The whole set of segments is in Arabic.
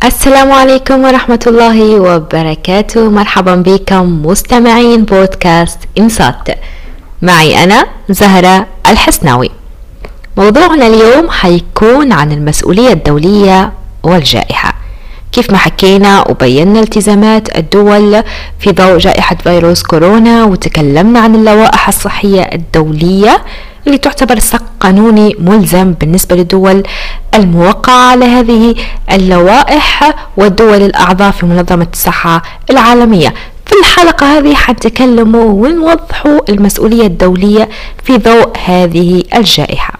السلام عليكم ورحمة الله وبركاته. مرحبا بكم مستمعين بودكاست إنصات. معي أنا زهرة الحسناوي. موضوعنا اليوم حيكون عن المسؤولية الدولية والجائحة. كيف ما حكينا وبينا التزامات الدول في ضوء جائحة فيروس كورونا، وتكلمنا عن اللوائح الصحية الدولية اللي تعتبر سق قانوني ملزم بالنسبة للدول الموقعة على هذه اللوائح والدول الأعضاء في منظمة الصحة العالمية. في الحلقة هذه حنتكلموا ونوضحوا المسؤولية الدولية في ضوء هذه الجائحة.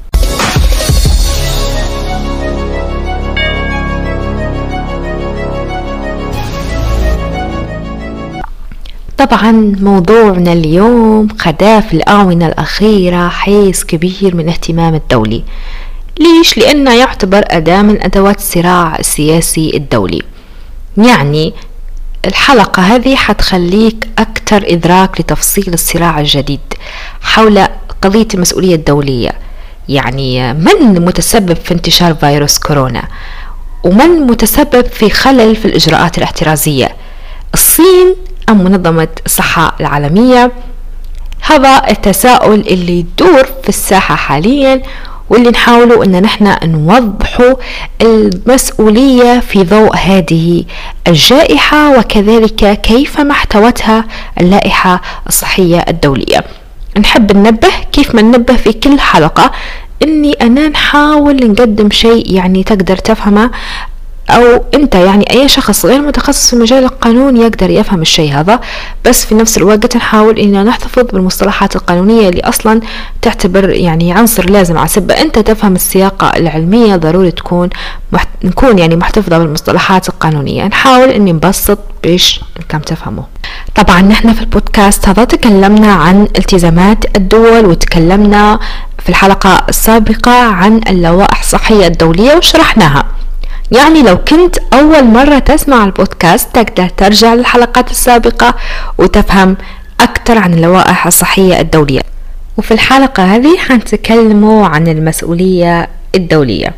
طبعا موضوعنا اليوم خدا في الآونة الأخيرة حيز كبير من اهتمام الدولي. ليش؟ لأنه يعتبر أداة من أدوات الصراع السياسي الدولي. يعني الحلقة هذه حتخليك أكثر إدراك لتفصيل الصراع الجديد حول قضية المسؤولية الدولية. يعني من متسبب في انتشار فيروس كورونا؟ ومن متسبب في خلل في الإجراءات الاحترازية؟ الصين أم منظمة الصحة العالمية؟ هذا التساؤل اللي يدور في الساحة حاليا، واللي نحاولوا أن نحن نوضحوا المسؤولية في ضوء هذه الجائحة، وكذلك كيف ما احتوتها اللائحة الصحية الدولية. نحب ننبه كيف ما ننبه في كل حلقة أني أنا نحاول نقدم شيء يعني تقدر تفهمه، أو أنت يعني أي شخص غير متخصص في مجال القانون يقدر يفهم الشيء هذا، بس في نفس الوقت نحاول إننا نحتفظ بالمصطلحات القانونية اللي أصلا تعتبر يعني عنصر لازم. عسبة أنت تفهم السياقة العلمية ضروري نكون يعني محتفظة بالمصطلحات القانونية. نحاول إني نبسط بيش كم تفهمه. طبعا نحن في البودكاست هذا تكلمنا عن التزامات الدول، وتكلمنا في الحلقة السابقة عن اللوائح الصحية الدولية وشرحناها. يعني لو كنت أول مرة تسمع البودكاست تقدر ترجع للحلقات السابقة وتفهم أكثر عن اللوائح الصحية الدولية. وفي الحلقة هذه حنتكلموا عن المسؤولية الدولية،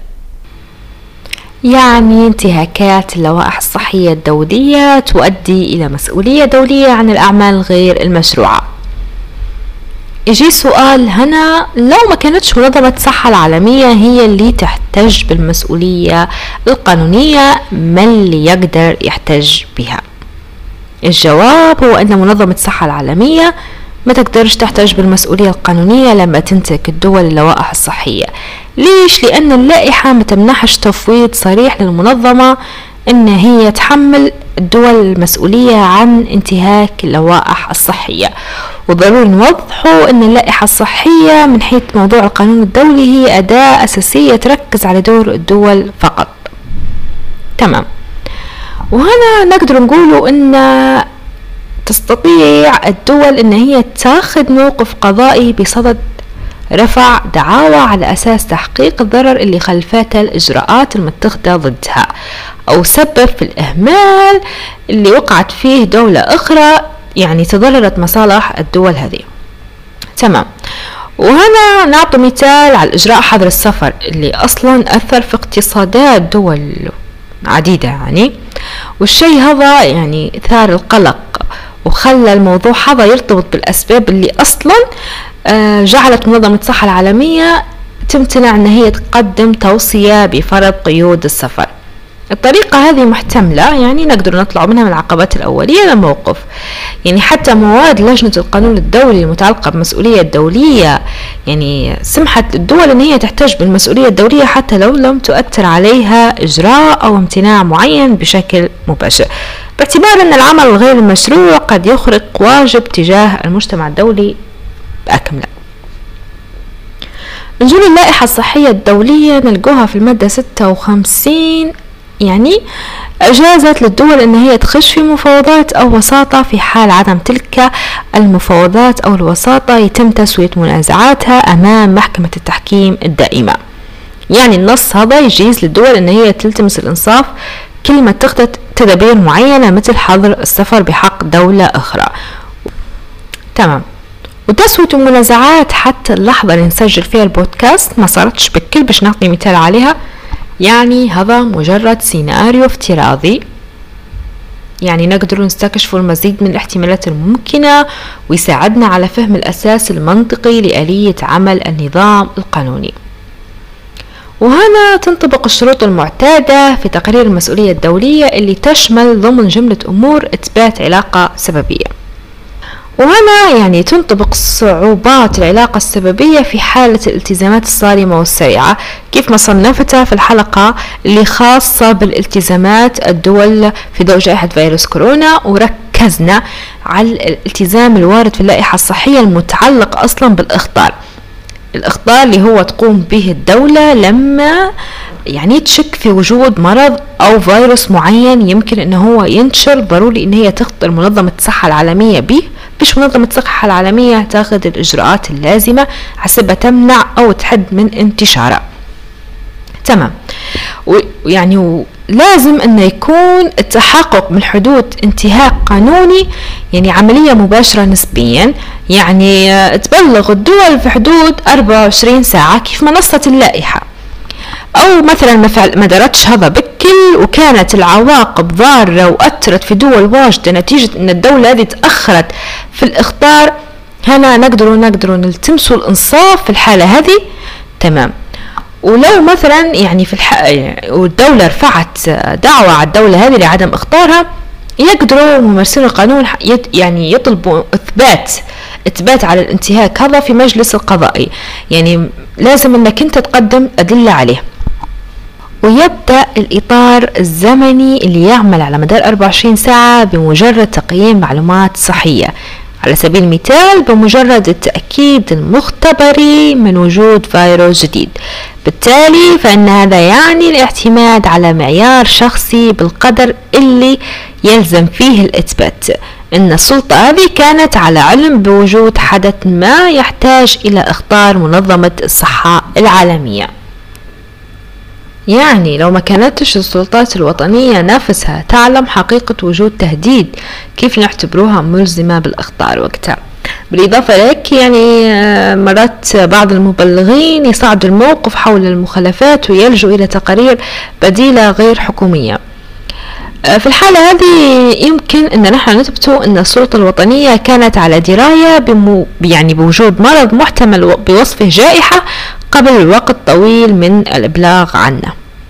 يعني انتهاكات اللوائح الصحية الدولية تؤدي إلى مسؤولية دولية عن الأعمال غير المشروعة. يجي سؤال هنا، لو ما كانتش منظمة الصحة العالمية هي اللي تحتج بالمسؤولية القانونية، ما اللي يقدر يحتج بها؟ الجواب هو أن منظمة الصحة العالمية ما تقدرش تحتج بالمسؤولية القانونية لما تنتهك الدول اللوائح الصحية. ليش؟ لأن اللائحة ما تمنحش تفويض صريح للمنظمة أن هي تحمل الدول المسؤولية عن انتهاك اللوائح الصحية. وضروري نوضحوا أن اللائحة الصحية من حيث موضوع القانون الدولي هي أداة أساسية تركز على دور الدول فقط. تمام. وهنا نقدر نقوله أن تستطيع الدول أن هي تاخذ موقف قضائي بصدد رفع دعاوى على أساس تحقيق الضرر اللي خلفته الإجراءات المتخذة ضدها، أو سبب في الإهمال اللي وقعت فيه دولة أخرى يعني تضررت مصالح الدول هذه. تمام. وهنا نعطي مثال على الإجراء حظر السفر اللي أصلا أثر في اقتصادات دول عديدة يعني، والشيء هذا يعني ثار القلق وخلى الموضوع هذا يرتبط بالأسباب اللي أصلا جعلت منظمة الصحة العالمية تمتنع أن هي تقدم توصية بفرض قيود السفر. الطريقة هذه محتملة، يعني نقدر نطلع منها من العقبات الأولية لموقف. يعني حتى مواد لجنة القانون الدولي المتعلقة بالمسؤولية الدولية يعني سمحت للدول أن هي تحتج بالمسؤولية الدولية حتى لو لم تؤثر عليها إجراء أو امتناع معين بشكل مباشر، باعتبار أن العمل الغير المشروع قد يخرق واجب تجاه المجتمع الدولي بأكمله. نجول اللائحة الصحية الدولية نلقوها في المادة 56، يعني أجازت للدول أن هي تخش في مفاوضات أو وساطة في حال عدم تلك المفاوضات أو الوساطة يتم تسوية منازعاتها أمام محكمة التحكيم الدائمة. يعني النص هذا يجيز للدول أن هي تلتمس الإنصاف كل ما اتخذت تدابير معينة مثل حظر السفر بحق دولة أخرى. تمام. وتسوية المنازعات حتى اللحظة اللي نسجل فيها البودكاست ما صارتش بكل، باش نعطي مثال عليها. يعني هذا مجرد سيناريو افتراضي، يعني نقدر نستكشف المزيد من الاحتمالات الممكنة ويساعدنا على فهم الأساس المنطقي لآلية عمل النظام القانوني. وهنا تنطبق الشروط المعتادة في تقرير المسؤولية الدولية اللي تشمل ضمن جملة أمور إثبات علاقة سببية. وهنا يعني تنطبق صعوبات العلاقة السببية في حالة الالتزامات الصارمة والسريعة كيف ما صنفتها في الحلقة اللي خاصة بالالتزامات الدول في ضوء جائحة فيروس كورونا، وركزنا على الالتزام الوارد في اللائحة الصحية المتعلق أصلا بالإخطار اللي هو تقوم به الدولة لما يعني تشك في وجود مرض أو فيروس معين يمكن أنه هو ينتشر، ضروري أن هي تخطر منظمة الصحة العالمية به باش منظمة الصحة العالمية تاخذ الإجراءات اللازمة حسب تمنع أو تحد من انتشاره. تمام. ويعني لازم أن يكون التحقق من حدود انتهاك قانوني، يعني عملية مباشرة نسبيا، يعني تبلغ الدول في حدود 24 ساعة كيف ما نصت اللائحة، أو مثلا ما درتش هذا بكل وكانت العواقب ضارة وأثرت في دول واجدة نتيجة أن الدولة هذه تأخرت في الإخطار، هنا نقدروا نلتمسوا الإنصاف في الحالة هذه. تمام. ولو مثلا يعني والدولة رفعت دعوة على الدولة هذه لعدم إخطارها، يقدروا ممارسين القانون يعني يطلبوا إثبات على الانتهاك هذا في مجلس القضائي، يعني لازم أنك أنت تقدم أدلة عليه. ويبدأ الإطار الزمني اللي يعمل على مدار 24 ساعة بمجرد تقييم معلومات صحية، على سبيل المثال بمجرد التأكيد المختبري من وجود فيروس جديد. بالتالي فإن هذا يعني الاعتماد على معيار شخصي بالقدر اللي يلزم فيه الإثبات أن السلطة هذه كانت على علم بوجود حدث ما يحتاج إلى إخطار منظمة الصحة العالمية. يعني لو ما كانتش السلطات الوطنية نفسها تعلم حقيقة وجود تهديد، كيف نعتبروها ملزمة بالإخطار وقتها؟ بالإضافة لك يعني مرات بعض المبلغين يصعدوا الموقف حول المخالفات ويلجوا إلى تقارير بديلة غير حكومية. في الحالة هذه يمكن أن نحن نثبتوا أن السلطة الوطنية كانت على دراية يعني بوجود مرض محتمل بوصفه جائحة قبل وقت طويل من الإبلاغ عنه.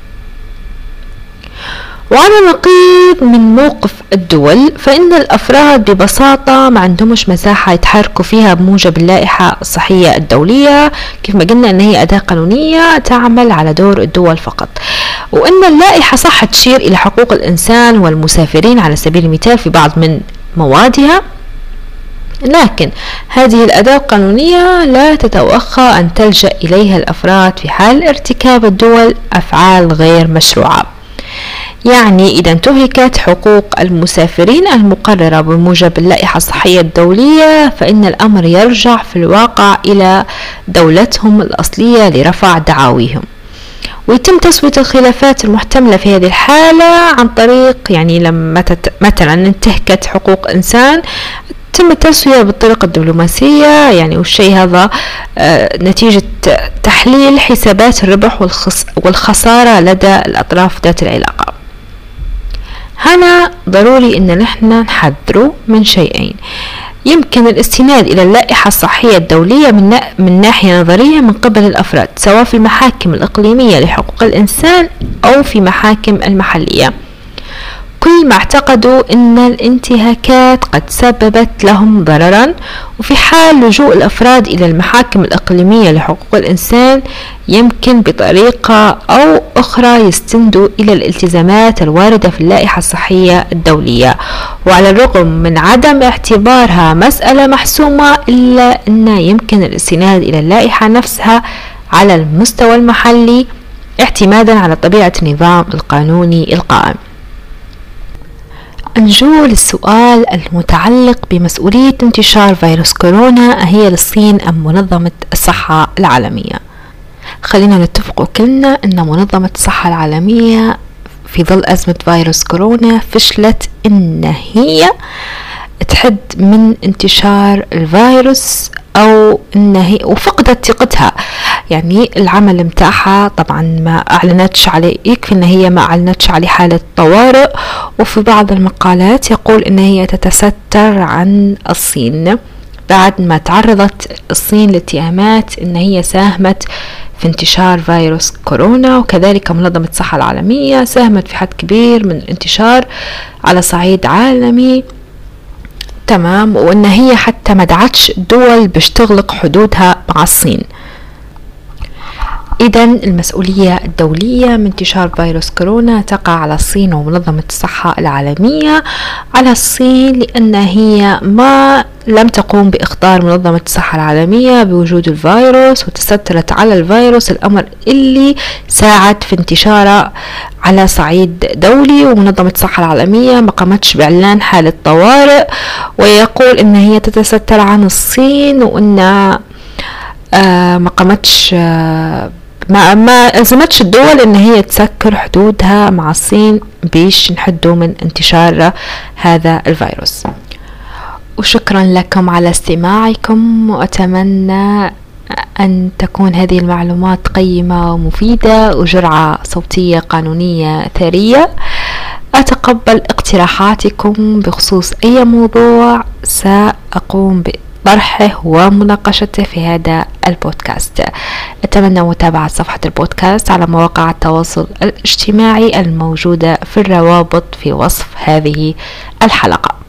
وعلى نقيض من موقف الدول، فإن الأفراد ببساطة ما عندهمش مساحة يتحركوا فيها بموجب اللائحة الصحية الدولية، كيف ما قلنا أن هي أداة قانونية تعمل على دور الدول فقط، وأن اللائحة صح تشير إلى حقوق الإنسان والمسافرين على سبيل المثال في بعض من موادها، لكن هذه الأداة القانونية لا تتوخى أن تلجأ إليها الأفراد في حال ارتكاب الدول أفعال غير مشروعة. يعني إذا انتهكت حقوق المسافرين المقررة بموجب اللائحة الصحية الدولية، فإن الأمر يرجع في الواقع إلى دولتهم الأصلية لرفع دعاويهم، ويتم تسوية الخلافات المحتملة في هذه الحالة عن طريق يعني لما مثلا انتهكت حقوق إنسان تم التسوية بالطريقة الدبلوماسية، يعني والشيء هذا نتيجة تحليل حسابات الربح والخسارة لدى الأطراف ذات العلاقة. هنا ضروري أن نحن نحذر من شيئين: يمكن الاستناد إلى اللائحة الصحية الدولية من ناحية نظرية من قبل الأفراد، سواء في المحاكم الإقليمية لحقوق الإنسان أو في محاكم المحلية، كل ما اعتقدوا أن الانتهاكات قد سببت لهم ضررا. وفي حال لجوء الأفراد إلى المحاكم الإقليمية لحقوق الإنسان، يمكن بطريقة أو أخرى يستندوا إلى الالتزامات الواردة في اللائحة الصحية الدولية، وعلى الرغم من عدم اعتبارها مسألة محسومة، إلا أن يمكن الاستناد إلى اللائحة نفسها على المستوى المحلي اعتمادا على طبيعة النظام القانوني القائم. نجول السؤال المتعلق بمسؤولية انتشار فيروس كورونا، هي للصين أم منظمة الصحة العالمية؟ خلينا نتفق كلنا أن منظمة الصحة العالمية في ظل أزمة فيروس كورونا فشلت أن هي تحد من انتشار الفيروس، أو أن هي وفقدت ثقتها. يعني العمل متاعها طبعا ما أعلنتش عليه، يكفي إن هي ما أعلنتش عليه حالة طوارئ. وفي بعض المقالات يقول إن هي تتستر عن الصين بعد ما تعرضت الصين لاتهامات إن هي ساهمت في انتشار فيروس كورونا، وكذلك منظمة الصحة العالمية ساهمت في حد كبير من الانتشار على صعيد عالمي. تمام، وإن هي حتى ما دعتش الدول باش تغلق حدودها مع الصين. إذا المسؤولية الدولية من انتشار فيروس كورونا تقع على الصين ومنظمة الصحة العالمية. على الصين لأن هي ما لم تقوم بإخطار منظمة الصحة العالمية بوجود الفيروس وتسترت على الفيروس، الأمر اللي ساعد في انتشاره على صعيد دولي. ومنظمة الصحة العالمية ما قامتش بإعلان حالة طوارئ، ويقول إن هي تتستر عن الصين، وإن ما قامتش ما ألزمتش الدول إن هي تسكر حدودها مع الصين بيش نحدوا من انتشار هذا الفيروس. وشكرا لكم على استماعكم، وأتمنى أن تكون هذه المعلومات قيمة ومفيدة وجرعة صوتية قانونية ثرية. أتقبل اقتراحاتكم بخصوص أي موضوع سأقوم طرحه ومناقشته في هذا البودكاست. أتمنى متابعة صفحة البودكاست على مواقع التواصل الاجتماعي الموجودة في الروابط في وصف هذه الحلقة.